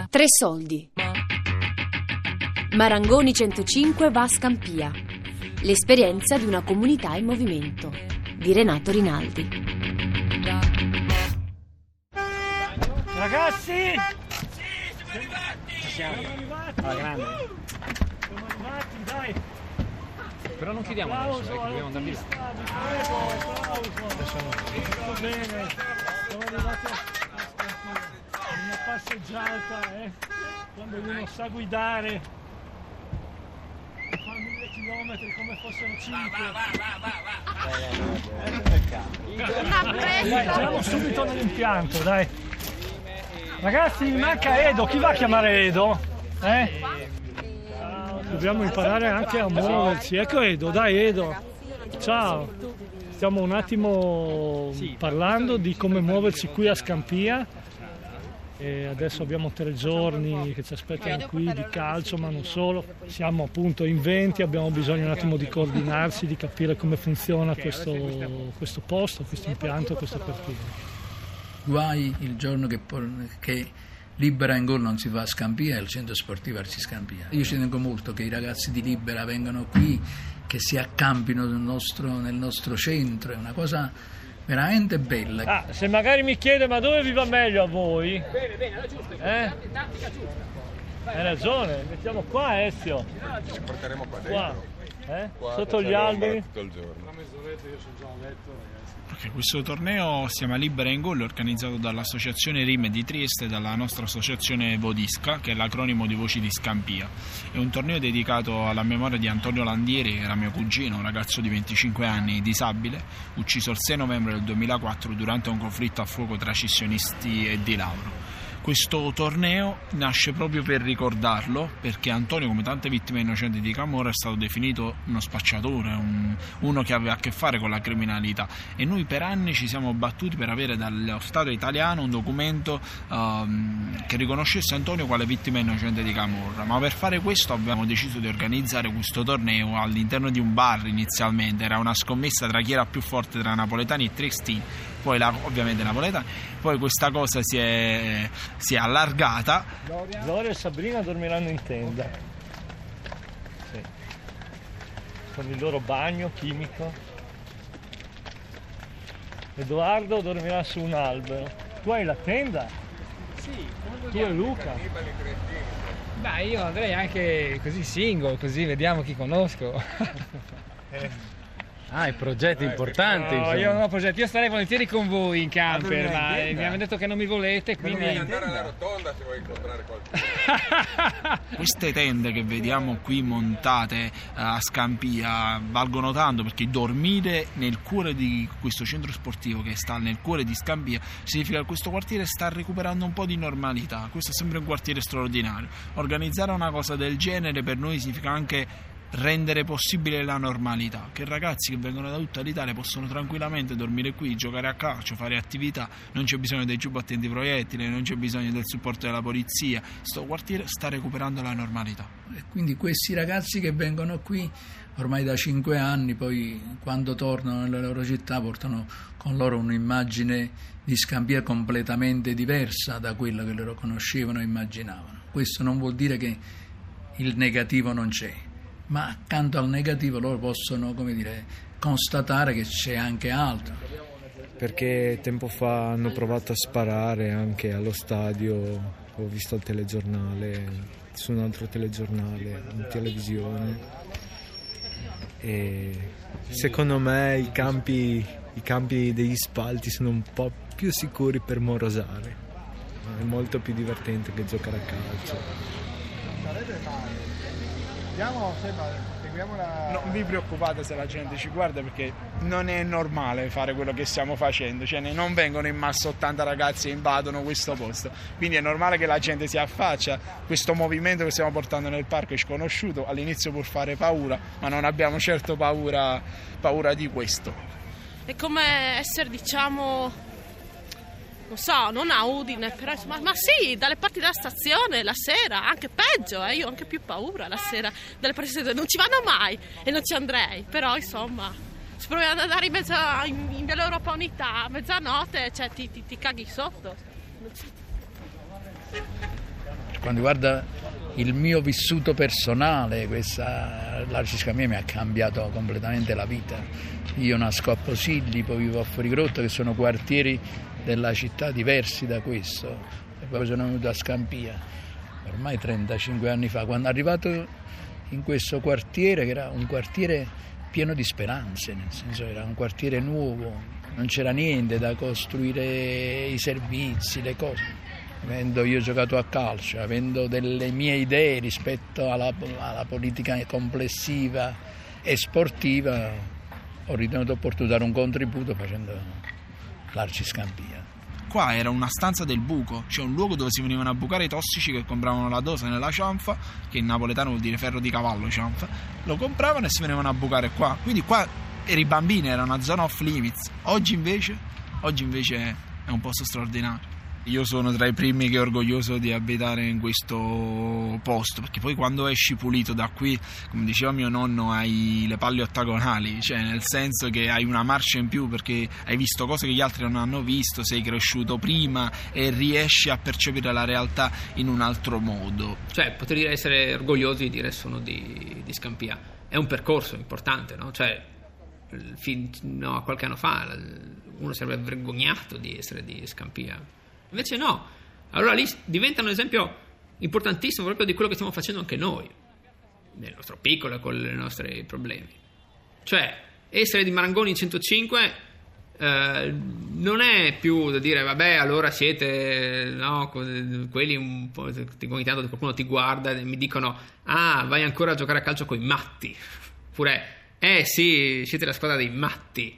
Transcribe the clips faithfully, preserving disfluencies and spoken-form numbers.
Tre soldi. Marangoni centocinque va a Scampia. L'esperienza di una comunità in movimento di Renato Rinaldi. Ragazzi! Sì, siamo arrivati! Siamo arrivati! Alla grande. Siamo arrivati, dai! Però non chiudiamo adesso, eh, che dobbiamo andare via. Adesso no. Tutto bene, siamo arrivati a Scampia. Una passeggiata, eh? Quando uno sa guidare, fa mille chilometri come fossero cinque. Va, va, va, va! Dai, andiamo subito nell'impianto, dai. Ragazzi, mi manca Edo, chi va a chiamare Edo? Eh? Dobbiamo imparare anche a muoverci. Ecco Edo, dai Edo. Ciao. Stiamo un attimo parlando di come muoverci qui a Scampia. E adesso abbiamo tre giorni che ci aspettano qui di calcio, ma non solo. Siamo appunto in venti, abbiamo bisogno un attimo di coordinarsi, di capire come funziona questo, questo posto, questo impianto, questo quartiere. Guai il giorno che, che Libera in Gol non si fa a Scampia e il centro sportivo Arci Scampia. Io ci tengo molto che i ragazzi di Libera vengano qui, che si accampino nel nostro, nel nostro centro, è una cosa veramente bella. Ah, se magari mi chiede ma dove vi va meglio a voi? Bene, bene, la giusta, Eh? tattica giusta. Hai ragione, mettiamo qua Ezio. Ci porteremo qua Qua, dentro. eh? Qua Sotto gli facciamo alberi. tutto il giorno. Okay, questo torneo si chiama Libera in Gol, è organizzato dall'associazione Rime di Trieste e dalla nostra associazione Vodisca, che è l'acronimo di Voci di Scampia. È un torneo dedicato alla memoria di Antonio Landieri, che era mio cugino, un ragazzo di venticinque anni, disabile, ucciso il sei novembre del duemilaquattro durante un conflitto a fuoco tra scissionisti e Di Lauro. Questo torneo nasce proprio per ricordarlo, perché Antonio, come tante vittime innocenti di Camorra, è stato definito uno spacciatore, un, uno che aveva a che fare con la criminalità, e noi per anni ci siamo battuti per avere dallo Stato italiano un documento um, che riconoscesse Antonio quale vittima innocente di Camorra. Ma per fare questo abbiamo deciso di organizzare questo torneo all'interno di un bar. Inizialmente era una scommessa tra chi era più forte tra napoletani e triestini, poi la, ovviamente napoletani, poi questa cosa si è, si è allargata. Gloria e Sabrina dormiranno in tenda. Sì. Con il loro bagno chimico. Edoardo dormirà su un albero. Tu hai la tenda? Sì, Tu e Luca? Beh, io andrei anche così single, così vediamo chi conosco. Ah, i progetti importanti. No, insomma. io non ho progetti, io starei volentieri con voi in camper, Ah, ma in mi hanno detto che non mi volete, quindi... Devi andare alla rotonda se vuoi incontrare qualcuno. Queste tende che vediamo qui montate a Scampia valgono tanto, perché dormire nel cuore di questo centro sportivo che sta nel cuore di Scampia significa che questo quartiere sta recuperando un po' di normalità. Questo è sempre un quartiere straordinario. Organizzare una cosa del genere per noi significa anche rendere possibile la normalità, che ragazzi che vengono da tutta l'Italia possono tranquillamente dormire qui, giocare a calcio, fare attività, non c'è bisogno dei giubbotti antiproiettili, non c'è bisogno del supporto della polizia. Questo quartiere sta recuperando la normalità. E quindi questi ragazzi che vengono qui ormai da cinque anni, poi quando tornano nelle loro città portano con loro un'immagine di Scampia completamente diversa da quella che loro conoscevano e immaginavano. Questo non vuol dire che il negativo non c'è, ma accanto al negativo loro possono, come dire, constatare che c'è anche altro. Perché tempo fa hanno provato a sparare anche allo stadio, ho visto al telegiornale, su un altro telegiornale, in televisione, e secondo me i campi, i campi degli spalti sono un po' più sicuri per morosare, è molto più divertente che giocare a calcio. Andiamo, seguiamo la... Non vi preoccupate se la gente ci guarda, perché non è normale fare quello che stiamo facendo, cioè non vengono in massa ottanta ragazzi e invadono questo posto, quindi è normale che la gente si affaccia. Questo movimento che stiamo portando nel parco è sconosciuto, all'inizio può fare paura, ma non abbiamo certo paura, paura di questo. È come essere, diciamo, non so, non a Udine, però insomma, ma sì, dalle parti della stazione la sera, anche peggio, eh, io ho anche più paura la sera dalle parti della stazione, non ci vanno mai e non ci andrei, però insomma, se provi ad andare in mezzo a, in, in Via Europa Unità a mezzanotte, cioè ti, ti, ti caghi sotto. Non ci... quanto riguarda il mio vissuto personale, questa l'Arci Scampia mi ha cambiato completamente la vita. Io nasco a Posilli, poi vivo a Fuorigrotta, che sono quartieri della città diversi da questo, e poi sono venuto a Scampia ormai trentacinque anni fa, quando è arrivato in questo quartiere, che era un quartiere pieno di speranze, nel senso era un quartiere nuovo, non c'era niente da costruire, i servizi, le cose. Avendo io giocato a calcio, avendo delle mie idee rispetto alla, alla politica complessiva e sportiva, ho ritenuto opportuno dare un contributo facendo l'Arci Scampia. Qua era una stanza del buco, cioè un luogo dove si venivano a bucare i tossici che compravano la dosa nella cianfa, che in napoletano vuol dire ferro di cavallo, cianfa, lo compravano e si venivano a bucare qua. Quindi qua per i bambini era una zona off limits. Oggi invece, oggi invece è un posto straordinario. Io sono tra i primi che è orgoglioso di abitare in questo posto, perché poi quando esci pulito da qui, come diceva mio nonno, hai le palle ottagonali, cioè nel senso che hai una marcia in più perché hai visto cose che gli altri non hanno visto, sei cresciuto prima e riesci a percepire la realtà in un altro modo. Cioè poter dire, essere orgogliosi di dire sono di, di Scampia è un percorso importante, no? Cioè fino a qualche anno fa uno si sarebbe vergognato di essere di Scampia. Invece no, allora lì diventa un esempio importantissimo proprio di quello che stiamo facendo anche noi, nel nostro piccolo e con i nostri problemi. Cioè, essere di Marangoni in centocinque eh, non è più da dire, vabbè, allora siete, no, quelli un po', ogni tanto qualcuno ti guarda e mi dicono, ah, vai ancora a giocare a calcio con i matti. Oppure, eh sì, siete la squadra dei matti.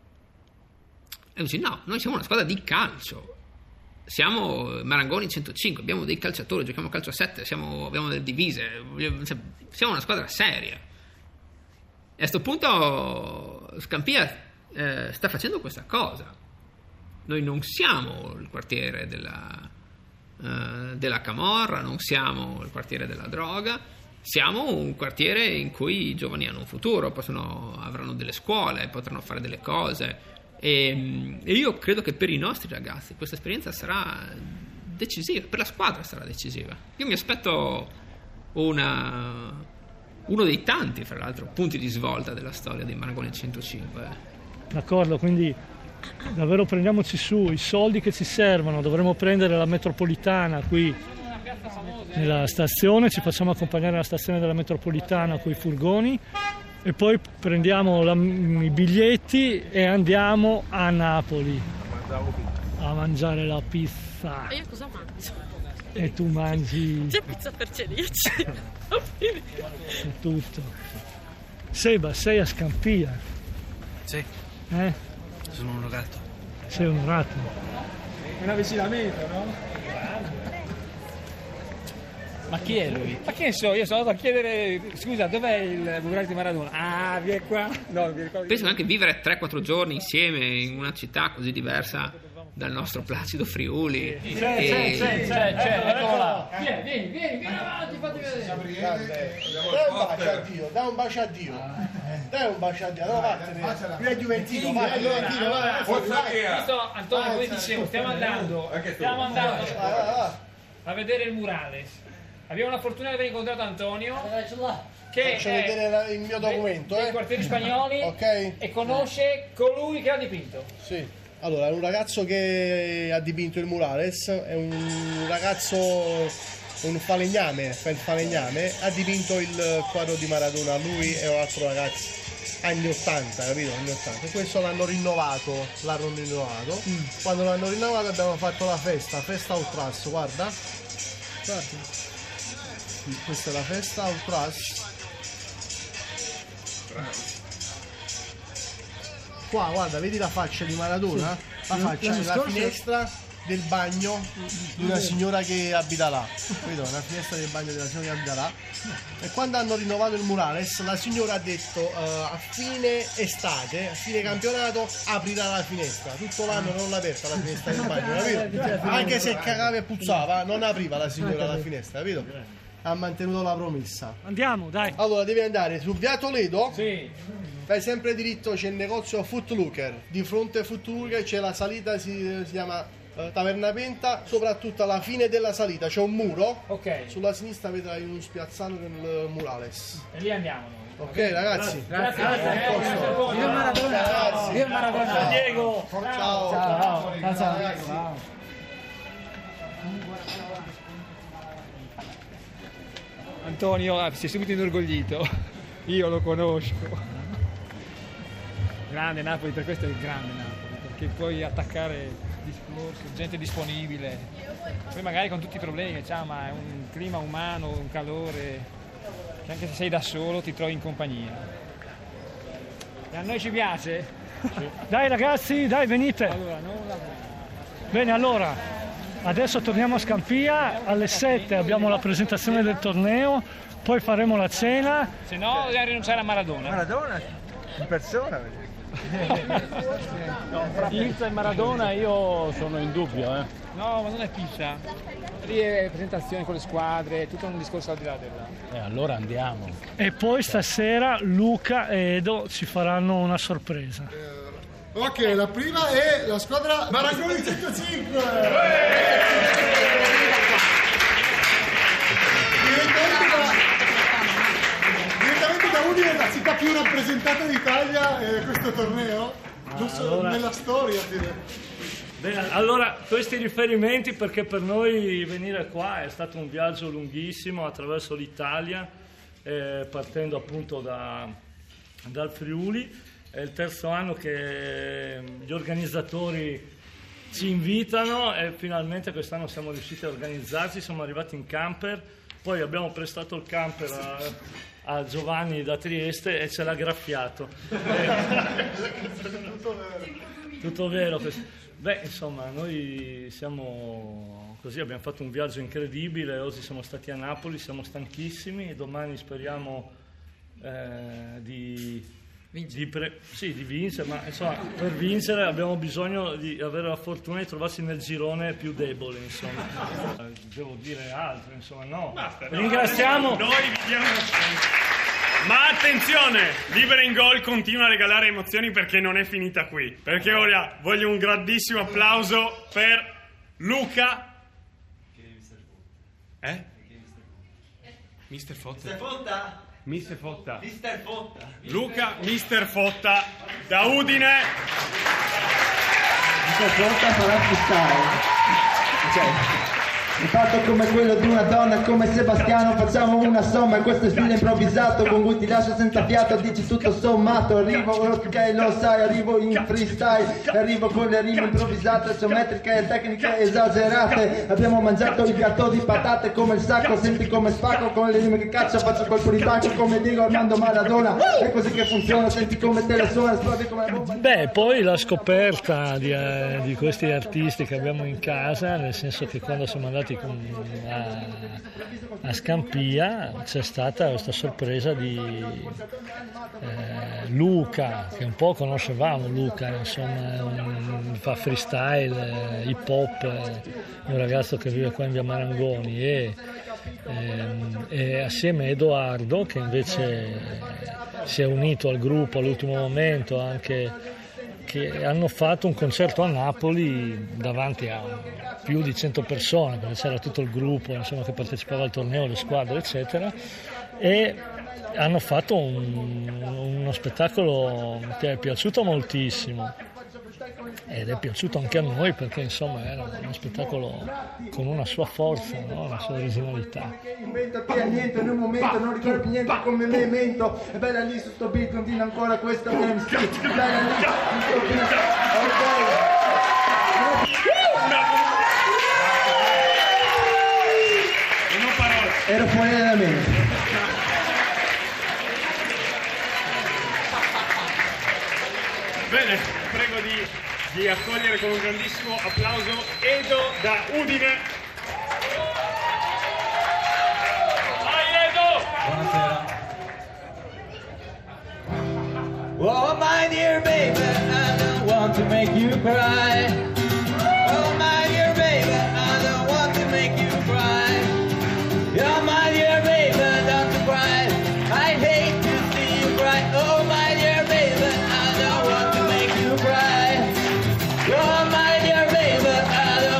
E dici, no, noi siamo una squadra di calcio. Siamo Marangoni centocinque, abbiamo dei calciatori, giochiamo a calcio a sette, siamo, abbiamo delle divise, siamo una squadra seria. E a questo punto Scampia eh, sta facendo questa cosa. Noi non siamo il quartiere della, eh, della camorra, non siamo il quartiere della droga, siamo un quartiere in cui i giovani hanno un futuro, possono, avranno delle scuole, potranno fare delle cose. E, e io credo che per i nostri ragazzi questa esperienza sarà decisiva, per la squadra sarà decisiva. Io mi aspetto una, uno dei tanti, fra l'altro, punti di svolta della storia di Marangoni centocinque. D'accordo, quindi davvero prendiamoci su i soldi che ci servono, dovremo prendere la metropolitana qui nella stazione, ci facciamo accompagnare alla stazione della metropolitana con i furgoni e poi prendiamo la, i biglietti e andiamo a Napoli a mangiare la pizza. E io cosa mangio? E tu mangi... C'è pizza per celiaci. C'è tutto. Seba, sei a Scampia? Sì. Eh? Sono onorato. Sei onorato. È un avvicinamento, no? Ma chi è lui? Ma che ne so, io sono andato a chiedere, scusa, dov'è il murale di Maradona? Ah, vieni qua. No, mi ricordo. Penso che anche vivere tre quattro giorni insieme in una città così diversa dal nostro placido Friuli. C'è, c'è, c'è, c'è, c'è, eccola. Vieni, vieni, vieni, vieni avanti, fatti vedere. Dai un bacio a Dio, dai un bacio a Dio. Dai un bacio a Dio, allora vattene. Qui è Juventino, vai, Juventino, vai. Visto, Antonio, come dicevo, stiamo andando, stiamo andando a vedere il murale. Abbiamo la fortuna di aver incontrato Antonio, che faccio è vedere il mio documento, dei eh. quartieri spagnoli, okay. E conosce colui che ha dipinto. Sì. Allora, è un ragazzo che ha dipinto il murales, è un ragazzo, un falegname, fa il falegname, ha dipinto il quadro di Maradona, lui e un altro ragazzo, anni ottanta, capito? Anni ottanta. E questo l'hanno rinnovato, l'hanno rinnovato. Mm. Quando l'hanno rinnovato abbiamo fatto la festa, festa Ultras, guarda. Guarda. Questa è la festa Ultras. Qua guarda, vedi la faccia di Maradona? La faccia della finestra del bagno di una signora che abita là. Vedo, una finestra del bagno della signora che abita là. E quando hanno rinnovato il murales, la signora ha detto uh, a fine estate, a fine campionato, aprirà la finestra. Tutto l'anno non l'ha aperta la finestra del bagno, capito? Anche se cagava e puzzava, non apriva la signora la finestra, capito? Ha mantenuto la promessa. Andiamo, dai. Allora devi andare su via Toledo. Sì. Fai sempre diritto, c'è il negozio Footlooker. Di fronte a Footlooker c'è la salita, si, si chiama eh, Taverna Penta, soprattutto alla fine della salita c'è un muro. Ok. Sulla sinistra vedrai uno spiazzale con il murales. E lì andiamo noi. Ok, ragazzi. Grazie. Grazie. Viva Maradona. Viva Maradona. Ciao Diego. Ciao. Ciao. Ciao. Ciao. Ciao. Ciao. Antonio, ah, sei subito inorgoglito. Io lo conosco. Grande Napoli, per questo è il grande Napoli, perché puoi attaccare discorsi, gente disponibile. Poi magari con tutti i problemi che c'ha, ma è un clima umano, un calore, che anche se sei da solo ti trovi in compagnia. E a noi ci piace? Sì. Dai ragazzi, dai, venite. Allora, non la... Bene, allora, adesso torniamo a Scampia, alle sette abbiamo la presentazione del torneo, poi faremo la cena. Se no, dobbiamo rinunciare a Maradona. Maradona? In persona? No, fra pizza e Maradona io sono in dubbio, eh. No, ma non è pizza. Lì è presentazione con le squadre, tutto un discorso al di là della... E allora andiamo. E poi stasera Luca e Edo ci faranno una sorpresa. Ok, la prima è la squadra Marangoni centocinque. Direttamente da, direttamente da Udine, la città più rappresentata d'Italia eh, questo torneo, giusto allora, nella storia direi. Bene, allora questi riferimenti, perché per noi venire qua è stato un viaggio lunghissimo attraverso l'Italia, eh, partendo appunto da, dal Friuli. È il terzo anno che gli organizzatori ci invitano e finalmente quest'anno siamo riusciti a organizzarci, siamo arrivati in camper, poi abbiamo prestato il camper a, a Giovanni da Trieste e ce l'ha graffiato. Tutto vero. Beh, insomma, noi siamo così, abbiamo fatto un viaggio incredibile, oggi siamo stati a Napoli, siamo stanchissimi, domani speriamo eh, di... Di, pre- sì, di vincere, ma insomma per vincere abbiamo bisogno di avere la fortuna di trovarsi nel girone più debole, insomma. Devo dire altro, insomma, no. Basta, no. Ringraziamo. Noi vi diamo. Ma attenzione, Libera in Gol continua a regalare emozioni perché non è finita qui. Perché ora voglio un grandissimo applauso per Luca. Eh? Mister Fotta. Mister Fotta? Mister Fotta. Mister Fotta. Luca Mister Fotta da Udine. Mister Fotta farà freestyle. Cioè, un fatto come quello di una donna come Sebastiano, facciamo una somma in questo stile improvvisato con cui ti lascio senza fiato, dici tutto sommato, arrivo, ok lo sai, arrivo in freestyle, arrivo con le rime improvvisate, geometriche e tecniche esagerate, abbiamo mangiato il gatto di patate come il sacco, senti come spacco con le rime che caccia, faccio colpo di tacco come dico Armando Maradona, è così che funziona, senti come te le suona, esplode come la bomba. Beh, poi la scoperta di, eh, di questi artisti che abbiamo in casa, nel senso che quando siamo andati A, a Scampia c'è stata questa sorpresa di eh, Luca, che un po' conoscevamo. Luca, insomma, un, fa freestyle, eh, hip hop, eh, un ragazzo che vive qua in via Marangoni, e, eh, e assieme a Edoardo, che invece si è unito al gruppo all'ultimo momento, anche che hanno fatto un concerto a Napoli davanti a più di cento persone, perché c'era tutto il gruppo, insomma, che partecipava al torneo, le squadre eccetera, e hanno fatto un, uno spettacolo che è piaciuto moltissimo ed è piaciuto anche a noi, perché insomma era uno spettacolo con una sua forza, no? Una sua originalità. Invento che è niente, in un momento non ricordo più niente come elemento, è bella lì su sto beat, continua ancora questa M C, bella lì su sto beat, ok. Ero fuori dalla mente. Bene, prego di, di accogliere con un grandissimo applauso Edo da Udine. Vai Edo! Buonasera. Oh my dear baby, I don't want to make you cry. Oh my dear baby, I don't want to make you cry. Oh my dear baby, don't cry. I hate to see you cry. Oh my dear baby, I don't want to make you cry. Oh my dear baby, I don't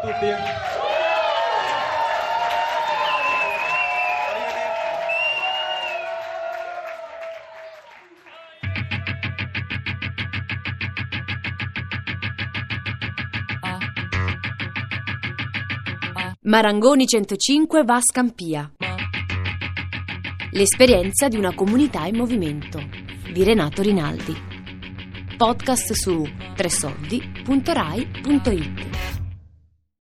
tutti. Marangoni centocinque va a Scampia. L'esperienza di una comunità in movimento di Renato Rinaldi. Podcast su tre soldi punto rai punto it.